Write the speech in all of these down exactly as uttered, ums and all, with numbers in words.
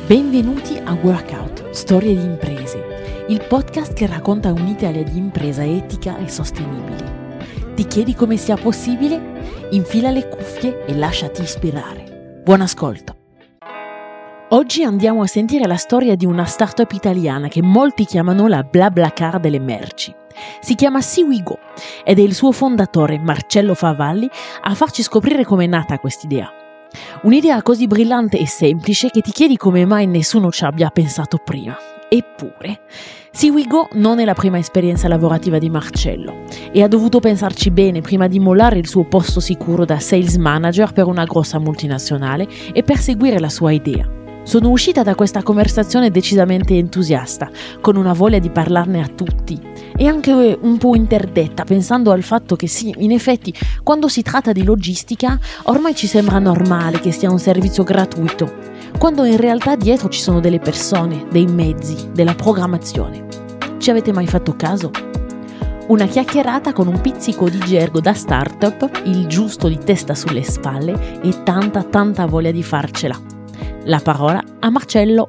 Benvenuti a Workout, Storie di imprese, il podcast che racconta un'Italia di impresa etica e sostenibile. Ti chiedi come sia possibile? Infila le cuffie e lasciati ispirare. Buon ascolto! Oggi andiamo a sentire la storia di una startup italiana che molti chiamano la BlaBlaCar delle merci. Si chiama SeaWeGo ed è il suo fondatore, Marcello Favalli, a farci scoprire com'è nata quest'idea. Un'idea così brillante e semplice che ti chiedi come mai nessuno ci abbia pensato prima. Eppure, SeaWeGo non è la prima esperienza lavorativa di Marcello e ha dovuto pensarci bene prima di mollare il suo posto sicuro da sales manager per una grossa multinazionale e per seguire la sua idea. Sono uscita da questa conversazione decisamente entusiasta, con una voglia di parlarne a tutti e anche un po' interdetta, pensando al fatto che sì, in effetti, quando si tratta di logistica, ormai ci sembra normale che sia un servizio gratuito, quando in realtà dietro ci sono delle persone, dei mezzi, della programmazione. Ci avete mai fatto caso? Una chiacchierata con un pizzico di gergo da startup, il giusto di testa sulle spalle e tanta tanta voglia di farcela. La parola a Marcello.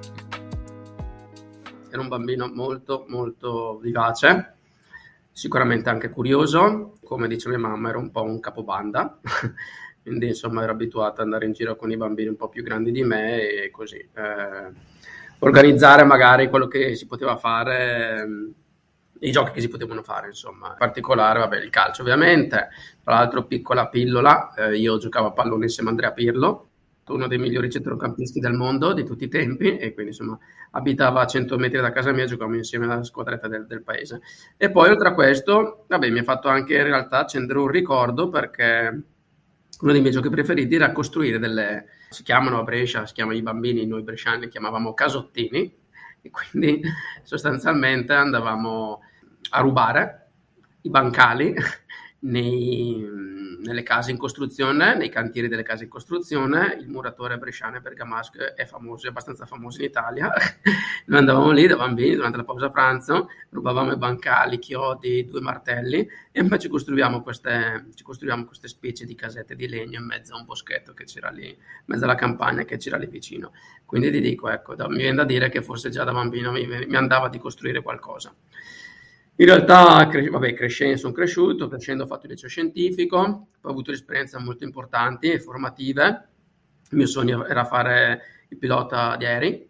Era un bambino molto molto vivace, sicuramente anche curioso, come dice mia mamma era un po' un capobanda, quindi insomma ero abituato ad andare in giro con i bambini un po' più grandi di me e così eh, organizzare magari quello che si poteva fare, eh, i giochi che si potevano fare insomma, in particolare vabbè il calcio ovviamente, tra l'altro piccola pillola, eh, io giocavo a pallone insieme a Andrea Pirlo, uno dei migliori centrocampisti del mondo di tutti i tempi e quindi insomma abitava a cento metri da casa mia, giocavamo insieme alla squadretta del, del paese. E poi oltre a questo, vabbè, mi ha fatto anche in realtà accendere un ricordo perché uno dei miei giochi preferiti era costruire delle, si chiamano a Brescia, si chiamano i bambini, noi bresciani li chiamavamo casottini e quindi sostanzialmente andavamo a rubare i bancali nei, nelle case in costruzione, nei cantieri delle case in costruzione. Il muratore bresciano e bergamasco è famoso, è abbastanza famoso in Italia. Noi andavamo lì da bambini durante la pausa pranzo, rubavamo i bancali, chiodi, due martelli e poi ci costruiamo queste, ci costruiamo queste specie di casette di legno in mezzo a un boschetto che c'era lì, in mezzo alla campagna che c'era lì vicino. Quindi ti dico, ecco, da, mi viene da dire che forse già da bambino mi, mi andava di costruire qualcosa. In realtà, cre- vabbè, crescendo, sono cresciuto, crescendo ho fatto il liceo scientifico, poi ho avuto esperienze molto importanti e formative. Il mio sogno era fare il pilota di aerei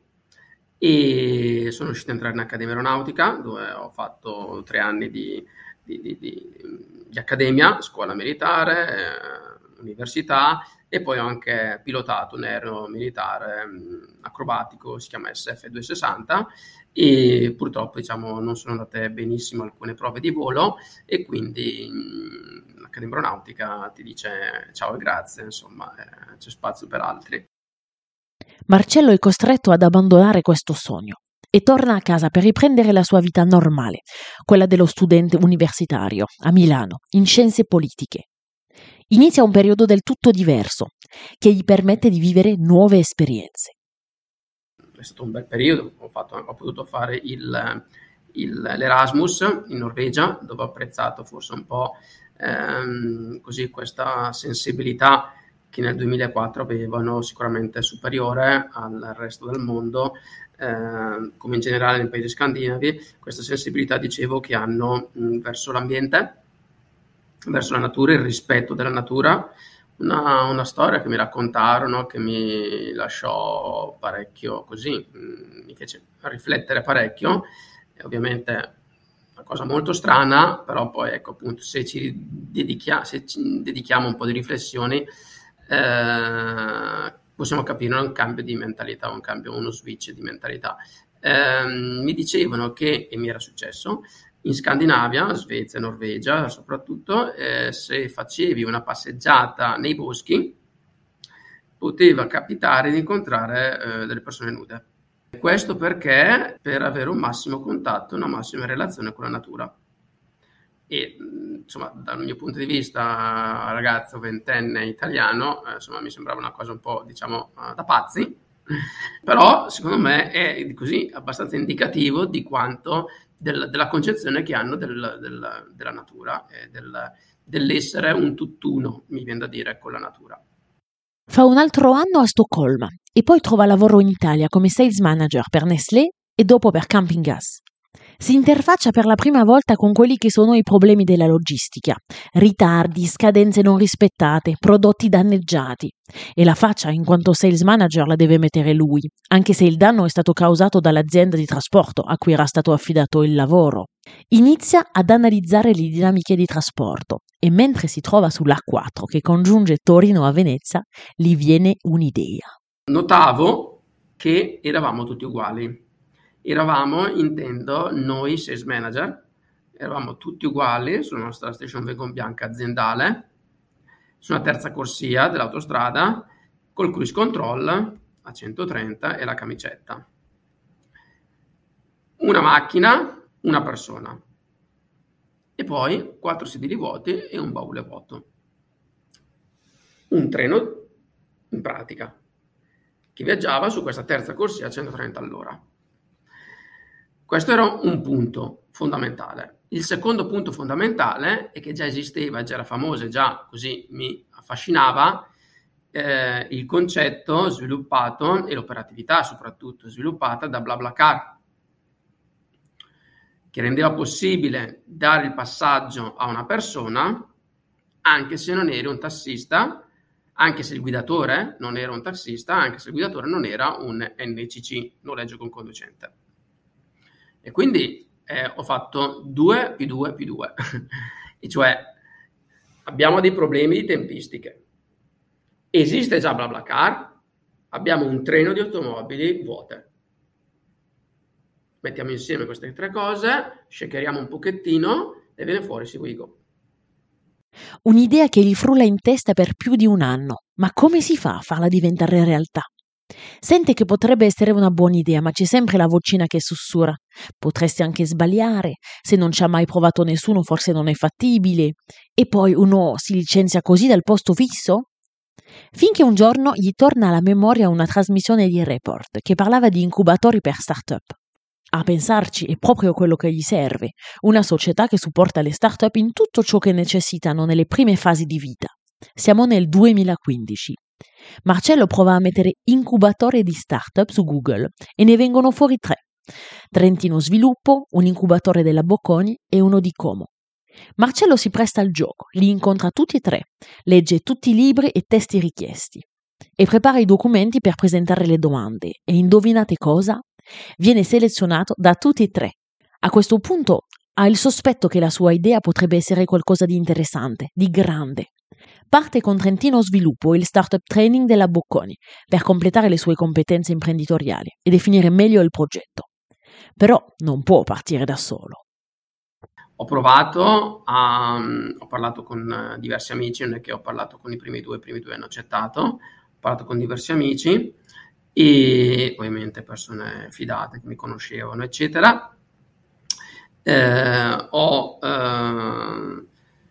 e sono riuscito a entrare in Accademia Aeronautica, dove ho fatto tre anni di, di, di, di, di accademia, scuola militare, eh, università e poi ho anche pilotato un aereo militare mh, acrobatico, si chiama S F duecentosessanta e purtroppo diciamo non sono andate benissimo alcune prove di volo e quindi mh, l'Accademia Aeronautica ti dice ciao e grazie, insomma eh, c'è spazio per altri. Marcello è costretto ad abbandonare questo sogno e torna a casa per riprendere la sua vita normale, quella dello studente universitario a Milano, in scienze politiche. Inizia un periodo del tutto diverso, che gli permette di vivere nuove esperienze. È stato un bel periodo, ho, fatto, ho potuto fare il, il, l'Erasmus in Norvegia, dove ho apprezzato forse un po' ehm, così questa sensibilità che nel duemilaquattro avevano sicuramente superiore al resto del mondo, eh, come in generale nei paesi scandinavi, questa sensibilità dicevo che hanno mh, verso l'ambiente, verso la natura, il rispetto della natura, una, una storia che mi raccontarono, che mi lasciò parecchio così, mh, mi fece riflettere parecchio, e ovviamente una cosa molto strana, però poi ecco appunto se ci, dedichia, se ci dedichiamo un po' di riflessioni eh, possiamo capire un cambio di mentalità, un cambio, uno switch di mentalità. Eh, mi dicevano che, e mi era successo, in Scandinavia, Svezia, Norvegia soprattutto, eh, se facevi una passeggiata nei boschi, poteva capitare di incontrare eh, delle persone nude. Questo perché per avere un massimo contatto, una massima relazione con la natura. E insomma, dal mio punto di vista, ragazzo ventenne italiano, eh, insomma, mi sembrava una cosa un po', diciamo, da pazzi. Però secondo me è così abbastanza indicativo di quanto del, della concezione che hanno del, del, della natura e del, dell'essere un tutt'uno, mi viene da dire, con la natura. Fa un altro anno a Stoccolma e poi trova lavoro in Italia come sales manager per Nestlé e dopo per Camping Gas. Si interfaccia per la prima volta con quelli che sono i problemi della logistica, ritardi, scadenze non rispettate, prodotti danneggiati. E la faccia in quanto sales manager la deve mettere lui, anche se il danno è stato causato dall'azienda di trasporto a cui era stato affidato il lavoro. Inizia ad analizzare le dinamiche di trasporto e mentre si trova sull'A quattro che congiunge Torino a Venezia, gli viene un'idea. Notavo che eravamo tutti uguali. Eravamo, intendo, noi sales manager, eravamo tutti uguali sulla nostra station wagon bianca aziendale, su una terza corsia dell'autostrada, col cruise control a centotrenta e la camicetta. Una macchina, una persona. E poi quattro sedili vuoti e un baule vuoto. Un treno, in pratica, che viaggiava su questa terza corsia a centotrenta all'ora. Questo era un punto fondamentale. Il secondo punto fondamentale è che già esisteva, già era famoso, già così mi affascinava eh, il concetto sviluppato e l'operatività soprattutto sviluppata da BlaBlaCar, che rendeva possibile dare il passaggio a una persona anche se non eri un tassista, anche se il guidatore non era un tassista, anche se il guidatore non era un N C C, noleggio con conducente. E quindi eh, ho fatto due più due più due, e cioè abbiamo dei problemi di tempistiche. Esiste già BlaBlaCar, abbiamo un treno di automobili vuote. Mettiamo insieme queste tre cose, shakeriamo un pochettino e viene fuori Seguigo. Un'idea che gli frulla in testa per più di un anno, ma come si fa a farla diventare realtà? Sente che potrebbe essere una buona idea, ma c'è sempre la vocina che sussurra. Potresti anche sbagliare, se non ci ha mai provato nessuno forse non è fattibile. E poi uno si licenzia così dal posto fisso? Finché un giorno gli torna alla memoria una trasmissione di Report che parlava di incubatori per start-up. A pensarci è proprio quello che gli serve, una società che supporta le start-up in tutto ciò che necessitano nelle prime fasi di vita. Siamo nel duemilaquindici. Marcello prova a mettere incubatore di startup su Google e ne vengono fuori tre. Trentino Sviluppo, un incubatore della Bocconi e uno di Como. Marcello si presta al gioco, li incontra tutti e tre, legge tutti i libri e testi richiesti e prepara i documenti per presentare le domande e indovinate cosa? Viene selezionato da tutti e tre. A questo punto ha il sospetto che la sua idea potrebbe essere qualcosa di interessante, di grande. Parte con Trentino Sviluppo e il startup training della Bocconi per completare le sue competenze imprenditoriali e definire meglio il progetto. Però non può partire da solo. Ho provato, a, ho parlato con diversi amici, non è che ho parlato con i primi due, i primi due hanno accettato, ho parlato con diversi amici e ovviamente persone fidate che mi conoscevano, eccetera. Eh, ho eh,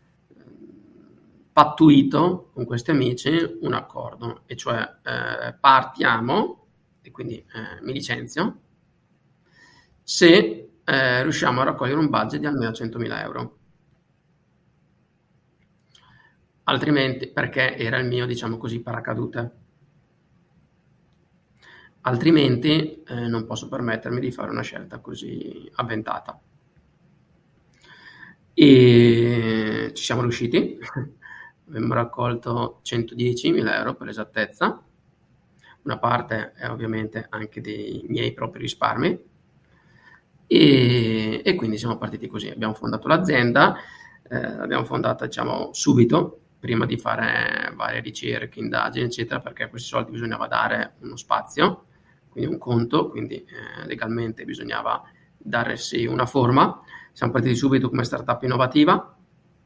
pattuito con questi amici un accordo, e cioè eh, partiamo, e quindi eh, mi licenzio, se eh, riusciamo a raccogliere un budget di almeno centomila euro. Altrimenti, perché era il mio, diciamo così, paracadute. Altrimenti eh, non posso permettermi di fare una scelta così avventata. E ci siamo riusciti. Abbiamo raccolto centodiecimila euro per esattezza. Una parte è ovviamente anche dei miei propri risparmi. E, e quindi siamo partiti così. Abbiamo fondato l'azienda, eh, l'abbiamo fondata, diciamo, subito, prima di fare varie ricerche, indagini, eccetera, perché a questi soldi bisognava dare uno spazio, quindi un conto, quindi eh, legalmente bisognava dare sì una forma. Siamo partiti subito come startup innovativa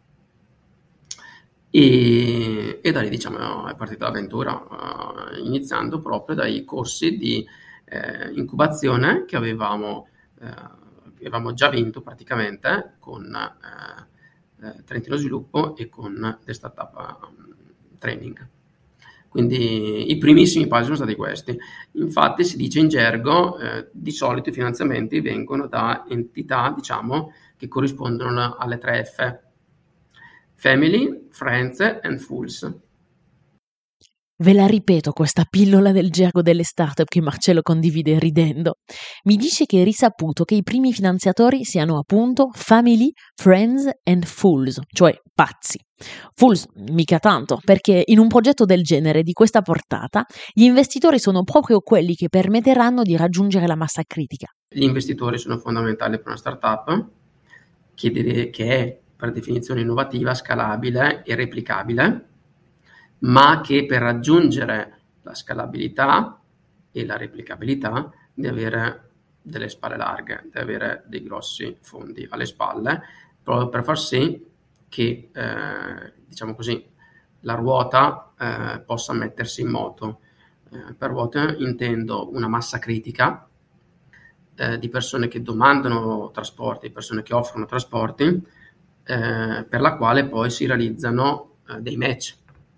e, e da lì, diciamo, è partita l'avventura, uh, iniziando proprio dai corsi di eh, incubazione che avevamo, eh, avevamo già vinto praticamente con eh, eh, Trentino Sviluppo e con The Startup um, Training. Quindi i primissimi passi sono stati questi. Infatti si dice in gergo, eh, di solito i finanziamenti vengono da entità, diciamo, che corrispondono alle tre F: Family, Friends and Fools. Ve la ripeto questa pillola del gergo delle startup che Marcello condivide ridendo. Mi dice che è risaputo che i primi finanziatori siano appunto family, friends and fools, cioè pazzi. Fools mica tanto, perché in un progetto del genere di questa portata gli investitori sono proprio quelli che permetteranno di raggiungere la massa critica. Gli investitori sono fondamentali per una startup che, deve, che è per definizione innovativa, scalabile e replicabile, ma che per raggiungere la scalabilità e la replicabilità deve avere delle spalle larghe, deve avere dei grossi fondi alle spalle, proprio per far sì che, eh, diciamo così, la ruota eh, possa mettersi in moto. Eh, per ruota intendo una massa critica eh, di persone che domandano trasporti, persone che offrono trasporti, eh, per la quale poi si realizzano eh, dei match.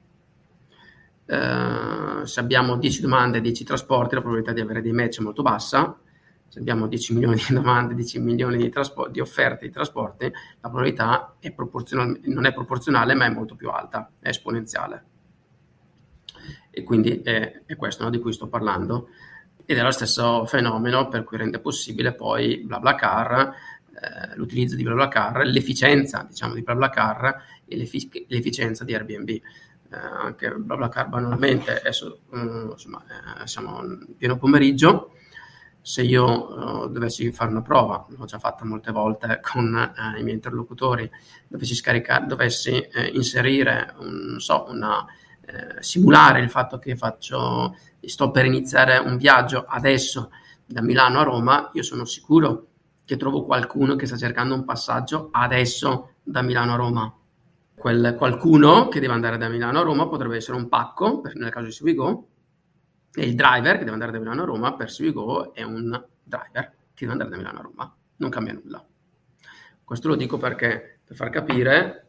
Uh, se abbiamo dieci domande e dieci trasporti, la probabilità di avere dei match è molto bassa. Se abbiamo dieci milioni di domande, dieci milioni di, traspor- di offerte di trasporti, la probabilità è proporzional- non è proporzionale, ma è molto più alta, è esponenziale. E quindi è, è questo, no, di cui sto parlando. Ed è lo stesso fenomeno per cui rende possibile poi BlaBlaCar, eh, l'utilizzo di BlaBlaCar, l'efficienza, diciamo, di BlaBlaCar e l'effic- l'efficienza di Airbnb. Eh, anche BlaBlaCar banalmente, adesso um, insomma, eh, siamo in pieno pomeriggio. Se io uh, dovessi fare una prova, l'ho già fatta molte volte con eh, i miei interlocutori, dovessi scaricare, dovessi eh, inserire un, so, una, eh, simulare il fatto che faccio, sto per iniziare un viaggio adesso da Milano a Roma, io sono sicuro che trovo qualcuno che sta cercando un passaggio adesso da Milano a Roma. Quel qualcuno che deve andare da Milano a Roma potrebbe essere un pacco, nel caso di Swigo, e il driver che deve andare da Milano a Roma per Swigo è un driver che deve andare da Milano a Roma. Non cambia nulla. Questo lo dico perché per far capire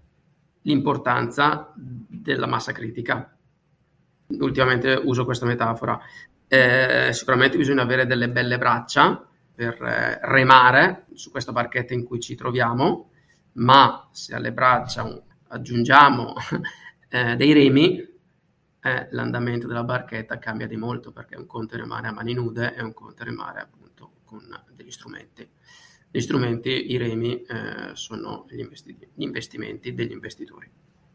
l'importanza della massa critica. Ultimamente uso questa metafora. Eh, sicuramente bisogna avere delle belle braccia per eh, remare su questa barchetta in cui ci troviamo, ma se alle braccia aggiungiamo eh, dei remi, eh, l'andamento della barchetta cambia di molto, perché un conto è remare a mani nude e un conto è remare appunto con degli strumenti. Gli strumenti, i remi, eh, sono gli, investi- gli investimenti degli investitori.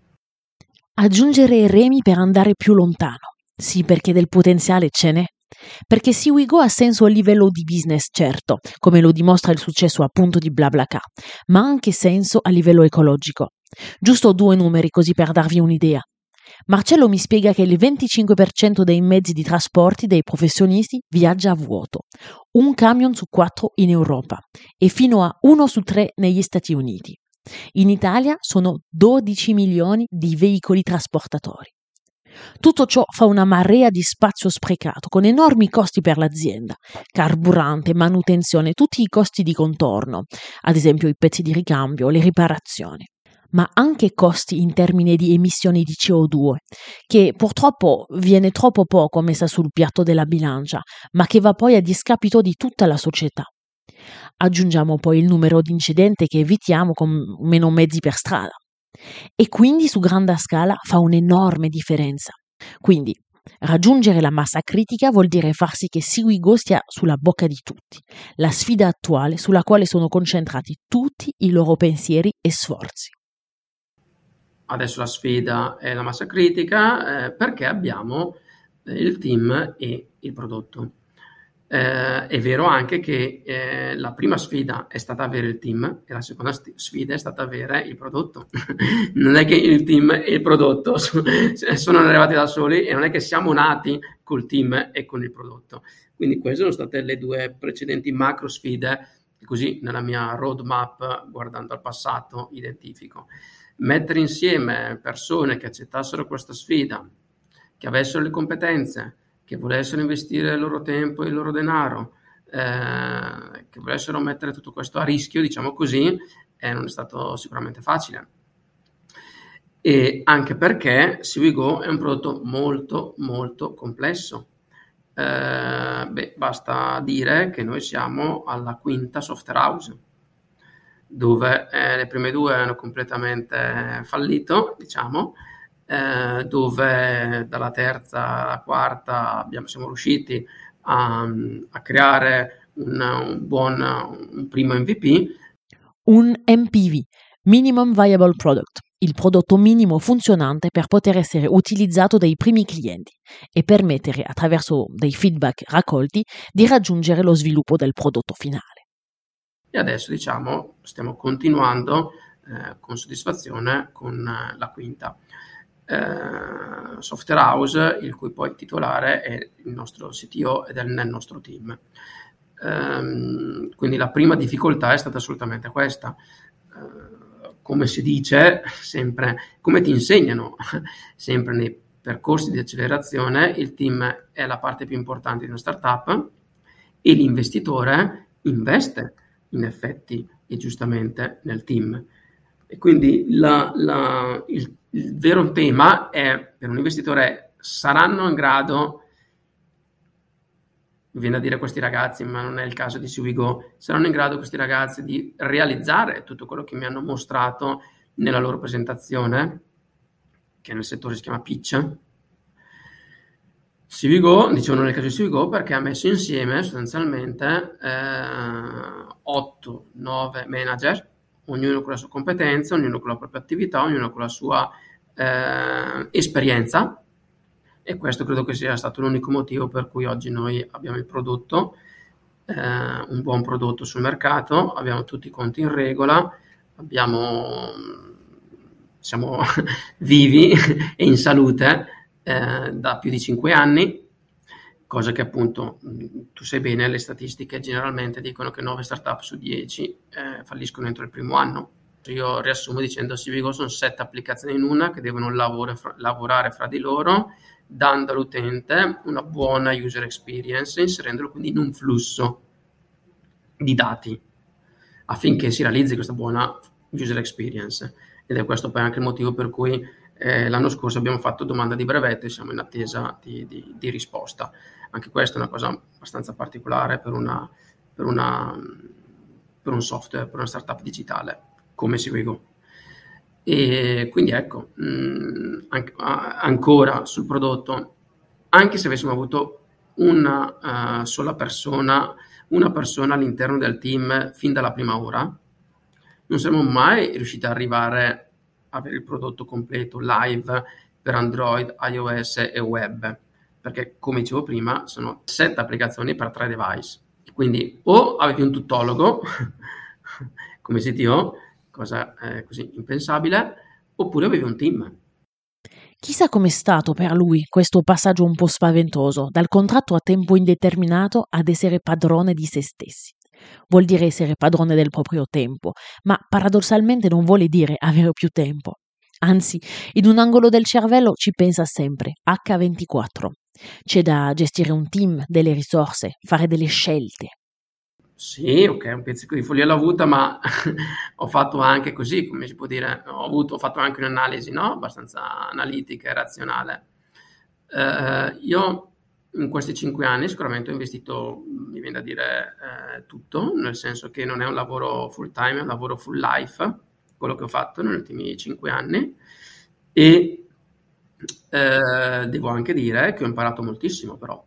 Aggiungere i remi per andare più lontano. Sì, perché del potenziale ce n'è. Perché SeaWeGo ha senso a livello di business, certo, come lo dimostra il successo appunto di BlaBlaCar, ma ha anche senso a livello ecologico. Giusto due numeri così per darvi un'idea. Marcello mi spiega che il venticinque per cento dei mezzi di trasporti dei professionisti viaggia a vuoto, un camion su quattro in Europa e fino a uno su tre negli Stati Uniti. In Italia sono dodici milioni di veicoli trasportatori. Tutto ciò fa una marea di spazio sprecato, con enormi costi per l'azienda, carburante, manutenzione, tutti i costi di contorno, ad esempio i pezzi di ricambio, le riparazioni, ma anche costi in termini di emissioni di C O due, che purtroppo viene troppo poco messa sul piatto della bilancia, ma che va poi a discapito di tutta la società. Aggiungiamo poi il numero di incidenti che evitiamo con meno mezzi per strada. E quindi su grande scala fa un'enorme differenza. Quindi raggiungere la massa critica vuol dire far sì che SeaWeGo stia sulla bocca di tutti, la sfida attuale sulla quale sono concentrati tutti i loro pensieri e sforzi. Adesso la sfida è la massa critica, eh, perché abbiamo il team e il prodotto. Eh, è vero anche che eh, la prima sfida è stata avere il team e la seconda st- sfida è stata avere il prodotto. Non è che il team e il prodotto sono, sono arrivati da soli, e non è che siamo nati col team e con il prodotto. Quindi queste sono state le due precedenti macro sfide, così nella mia roadmap, guardando al passato, identifico. Mettere insieme persone che accettassero questa sfida, che avessero le competenze, che volessero investire il loro tempo e il loro denaro, eh, che volessero mettere tutto questo a rischio, diciamo così, eh, non è stato sicuramente facile. E anche perché SeaWeGo è un prodotto molto molto complesso. Eh, beh, basta dire che noi siamo alla quinta software house, dove eh, le prime due hanno completamente fallito, diciamo, eh, dove dalla terza alla quarta abbiamo, siamo riusciti a, a creare un, un buon un primo M V P. Un M V P, Minimum Viable Product, il prodotto minimo funzionante per poter essere utilizzato dai primi clienti e permettere, attraverso dei feedback raccolti, di raggiungere lo sviluppo del prodotto finale. E adesso, diciamo, stiamo continuando eh, con soddisfazione con eh, la quinta. Eh, Software House, il cui poi titolare è il nostro C T O ed è nel nostro team. Eh, quindi la prima difficoltà è stata assolutamente questa. Eh, come si dice sempre, come ti insegnano sempre nei percorsi di accelerazione, il team è la parte più importante di una startup e l'investitore investe in effetti e giustamente nel team. E quindi la, la, il, il vero tema è, per un investitore, saranno in grado, mi viene a dire questi ragazzi, ma non è il caso di Sewigo, saranno in grado questi ragazzi di realizzare tutto quello che mi hanno mostrato nella loro presentazione, che nel settore si chiama pitch. Sewigo, dicevano nel caso di Sewigo, perché ha messo insieme sostanzialmente eh, otto nove manager, ognuno con la sua competenza, ognuno con la propria attività, ognuno con la sua eh, esperienza, e questo credo che sia stato l'unico motivo per cui oggi noi abbiamo il prodotto, eh, un buon prodotto sul mercato, abbiamo tutti i conti in regola, abbiamo, siamo vivi e in salute eh, da più di cinque anni, cosa che appunto tu sai bene, le statistiche generalmente dicono che nove startup su dieci eh, falliscono entro il primo anno. Io riassumo dicendo Sewigo sono sette applicazioni in una che devono lavora, fra, lavorare fra di loro, dando all'utente una buona user experience, inserendolo quindi in un flusso di dati affinché si realizzi questa buona user experience. Ed è questo poi anche il motivo per cui eh, l'anno scorso abbiamo fatto domanda di brevetto e siamo in attesa di, di, di risposta. Anche questa è una cosa abbastanza particolare per, una, per, una, per un software, per una startup digitale come Sewigo. E quindi ecco, mh, anche, a, ancora sul prodotto, anche se avessimo avuto una uh, sola persona, una persona all'interno del team fin dalla prima ora, non saremmo mai riusciti ad arrivare a avere il prodotto completo live per Android, iOS e web, perché come dicevo prima sono sette applicazioni per tre device, quindi o avevi un tuttologo come C T O, cosa eh, così impensabile, oppure avevi un team. Chissà com'è stato per lui questo passaggio un po' spaventoso, dal contratto a tempo indeterminato ad essere padrone di se stessi. Vuol dire essere padrone del proprio tempo, ma paradossalmente non vuole dire avere più tempo. Anzi, in un angolo del cervello ci pensa sempre, acca ventiquattro. C'è da gestire un team, delle risorse, fare delle scelte. Sì, ok, un pizzico di follia l'ho avuta, ma ho fatto anche così, come si può dire, ho, avuto, ho fatto anche un'analisi, no? Abbastanza analitica e razionale. Eh, io in questi cinque anni sicuramente ho investito, mi viene da dire, eh, tutto, nel senso che non è un lavoro full time, è un lavoro full life, quello che ho fatto negli ultimi cinque anni, e eh, devo anche dire che ho imparato moltissimo però.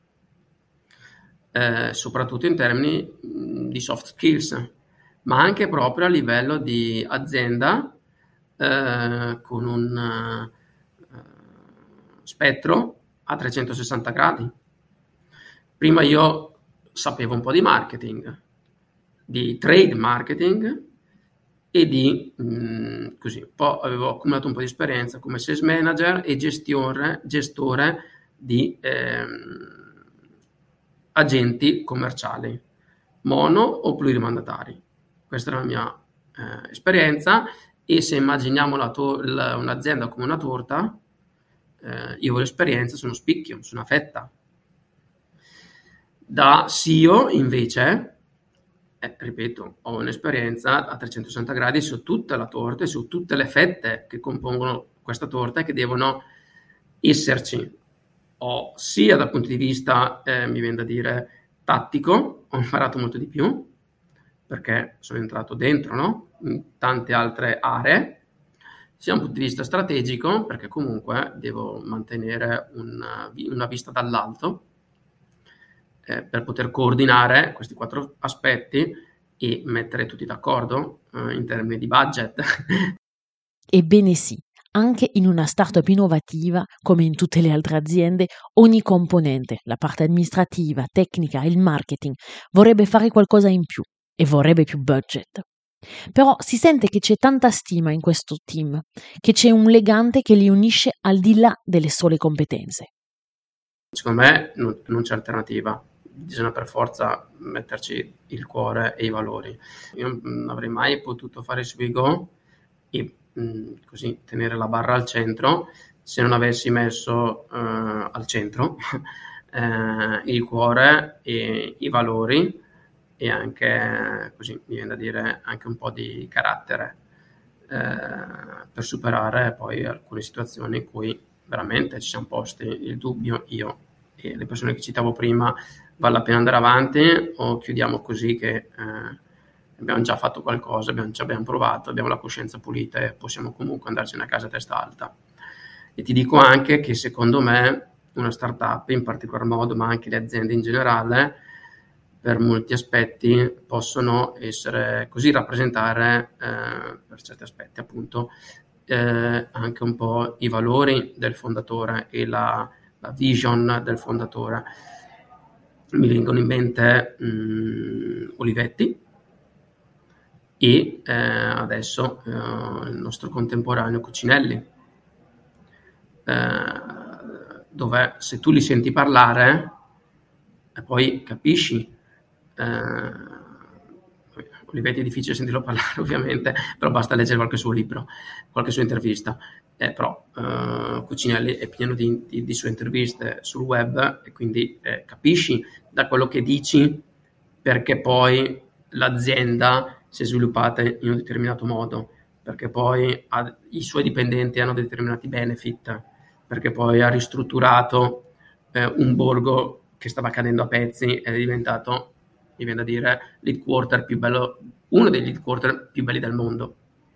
Eh, soprattutto in termini mh, di soft skills, ma anche proprio a livello di azienda eh, con un uh, spettro a trecentosessanta gradi. Prima io sapevo un po' di marketing, di trade marketing e di mh, così, poi avevo accumulato un po' di esperienza come sales manager e gestore, gestore di ehm, agenti commerciali, mono o plurimandatari. Questa è la mia eh, esperienza, e se immaginiamo la to- la, un'azienda come una torta, eh, io ho l'esperienza su uno spicchio, su una fetta. Da C E O invece, eh, ripeto, ho un'esperienza a trecentosessanta gradi su tutta la torta e su tutte le fette che compongono questa torta e che devono esserci. Ho sia dal punto di vista, eh, mi viene da dire, tattico, ho imparato molto di più, perché sono entrato dentro, no? In tante altre aree, sia da un punto di vista strategico, perché comunque devo mantenere una, una vista dall'alto eh, per poter coordinare questi quattro aspetti e mettere tutti d'accordo eh, in termini di budget. Ebbene sì, anche in una startup innovativa, come in tutte le altre aziende, ogni componente, la parte amministrativa, tecnica e il marketing, vorrebbe fare qualcosa in più e vorrebbe più budget. Però si sente che c'è tanta stima in questo team, che c'è un legame che li unisce al di là delle sole competenze. Secondo me non, non c'è alternativa, bisogna per forza metterci il cuore e i valori. Io non avrei mai potuto fare Swigo e mh, così tenere la barra al centro se non avessi messo eh, al centro eh, il cuore e i valori e anche, così mi viene da dire, anche un po' di carattere eh, per superare poi alcune situazioni in cui veramente ci siamo posti il dubbio, io e le persone che citavo prima, vale la pena andare avanti o chiudiamo così che eh, abbiamo già fatto qualcosa, abbiamo, ci abbiamo provato, abbiamo la coscienza pulita e possiamo comunque andarcene a casa a testa alta. E ti dico anche che secondo me una startup in particolar modo, ma anche le aziende in generale, per molti aspetti possono essere così, rappresentare eh, per certi aspetti appunto eh, anche un po' i valori del fondatore e la, la vision del fondatore. Mi vengono in mente mh, Olivetti e eh, adesso eh, il nostro contemporaneo Cucinelli, eh, dove se tu li senti parlare e poi capisci. Uh, Olivetti è difficile sentirlo parlare ovviamente, però basta leggere qualche suo libro, qualche sua intervista, eh, però uh, Cucinelli è pieno di, di, di sue interviste sul web e quindi eh, capisci da quello che dici perché poi l'azienda si è sviluppata in un determinato modo, perché poi ha, i suoi dipendenti hanno determinati benefit, perché poi ha ristrutturato eh, un borgo che stava cadendo a pezzi ed è diventato, mi viene da dire, l'headquarter più bello, uno degli headquarter più belli del mondo.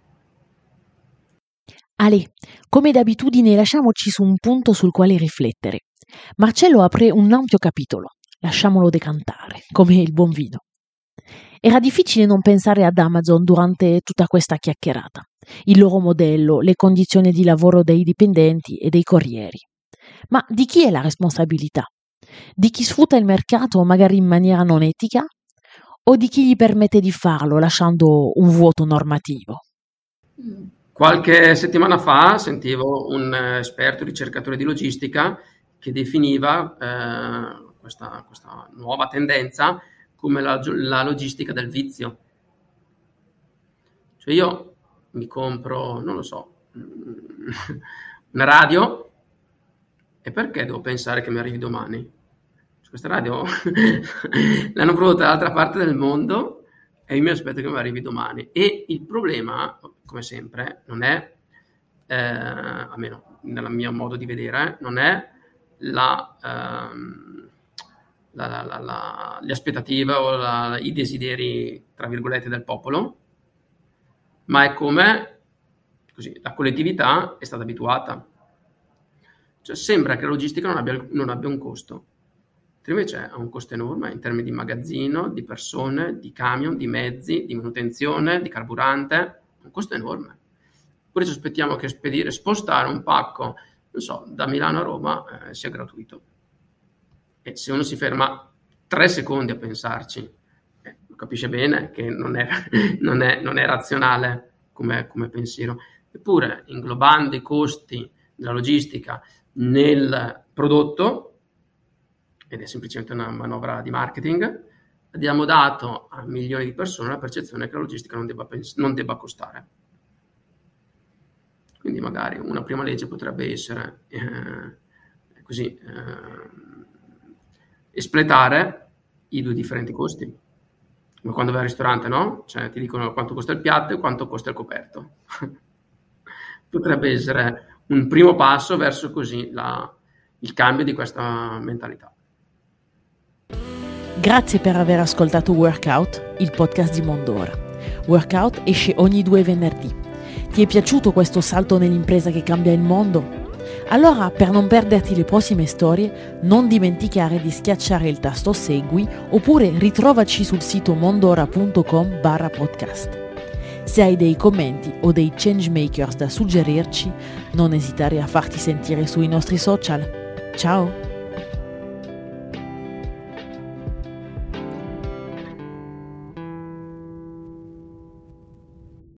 Ale, come d'abitudine lasciamoci su un punto sul quale riflettere. Marcello apre un ampio capitolo, lasciamolo decantare, come il buon vino. Era difficile non pensare ad Amazon durante tutta questa chiacchierata, il loro modello, le condizioni di lavoro dei dipendenti e dei corrieri. Ma di chi è la responsabilità? Di chi sfrutta il mercato magari in maniera non etica o di chi gli permette di farlo lasciando un vuoto normativo? Qualche settimana fa sentivo un esperto ricercatore di logistica che definiva eh, questa, questa nuova tendenza come la, la logistica del vizio. Cioè io mi compro, non lo so, una radio e perché devo pensare che mi arrivi domani? Questa radio l'hanno prodotta dall'altra parte del mondo e io mi aspetto che mi arrivi domani. E il problema, come sempre, non è, eh, almeno nel mio modo di vedere, non è la, ehm, la, la, la, la, le aspettative o la, i desideri, tra virgolette, del popolo, ma è come così, la collettività è stata abituata. Cioè sembra che la logistica non abbia, non abbia un costo. Invece ha un costo enorme in termini di magazzino, di persone, di camion, di mezzi, di manutenzione, di carburante, un costo enorme. Pure ci aspettiamo che spedire, spostare un pacco, non so, da Milano a Roma eh, sia gratuito. E se uno si ferma tre secondi a pensarci, eh, capisce bene che non è, non è, non è razionale come, come pensiero. Eppure, inglobando i costi della logistica nel prodotto, ed è semplicemente una manovra di marketing, abbiamo dato a milioni di persone la percezione che la logistica non debba, pens- non debba costare. Quindi magari una prima legge potrebbe essere eh, così eh, espletare i due differenti costi. Come quando vai al ristorante, no? Cioè ti dicono quanto costa il piatto e quanto costa il coperto. Potrebbe essere un primo passo verso così la, il cambio di questa mentalità. Grazie per aver ascoltato Workout, il podcast di Mondora. Workout esce ogni due venerdì. Ti è piaciuto questo salto nell'impresa che cambia il mondo? Allora, per non perderti le prossime storie, non dimenticare di schiacciare il tasto segui oppure ritrovaci sul sito mondora punto com barra podcast. Se hai dei commenti o dei changemakers da suggerirci, non esitare a farti sentire sui nostri social. Ciao!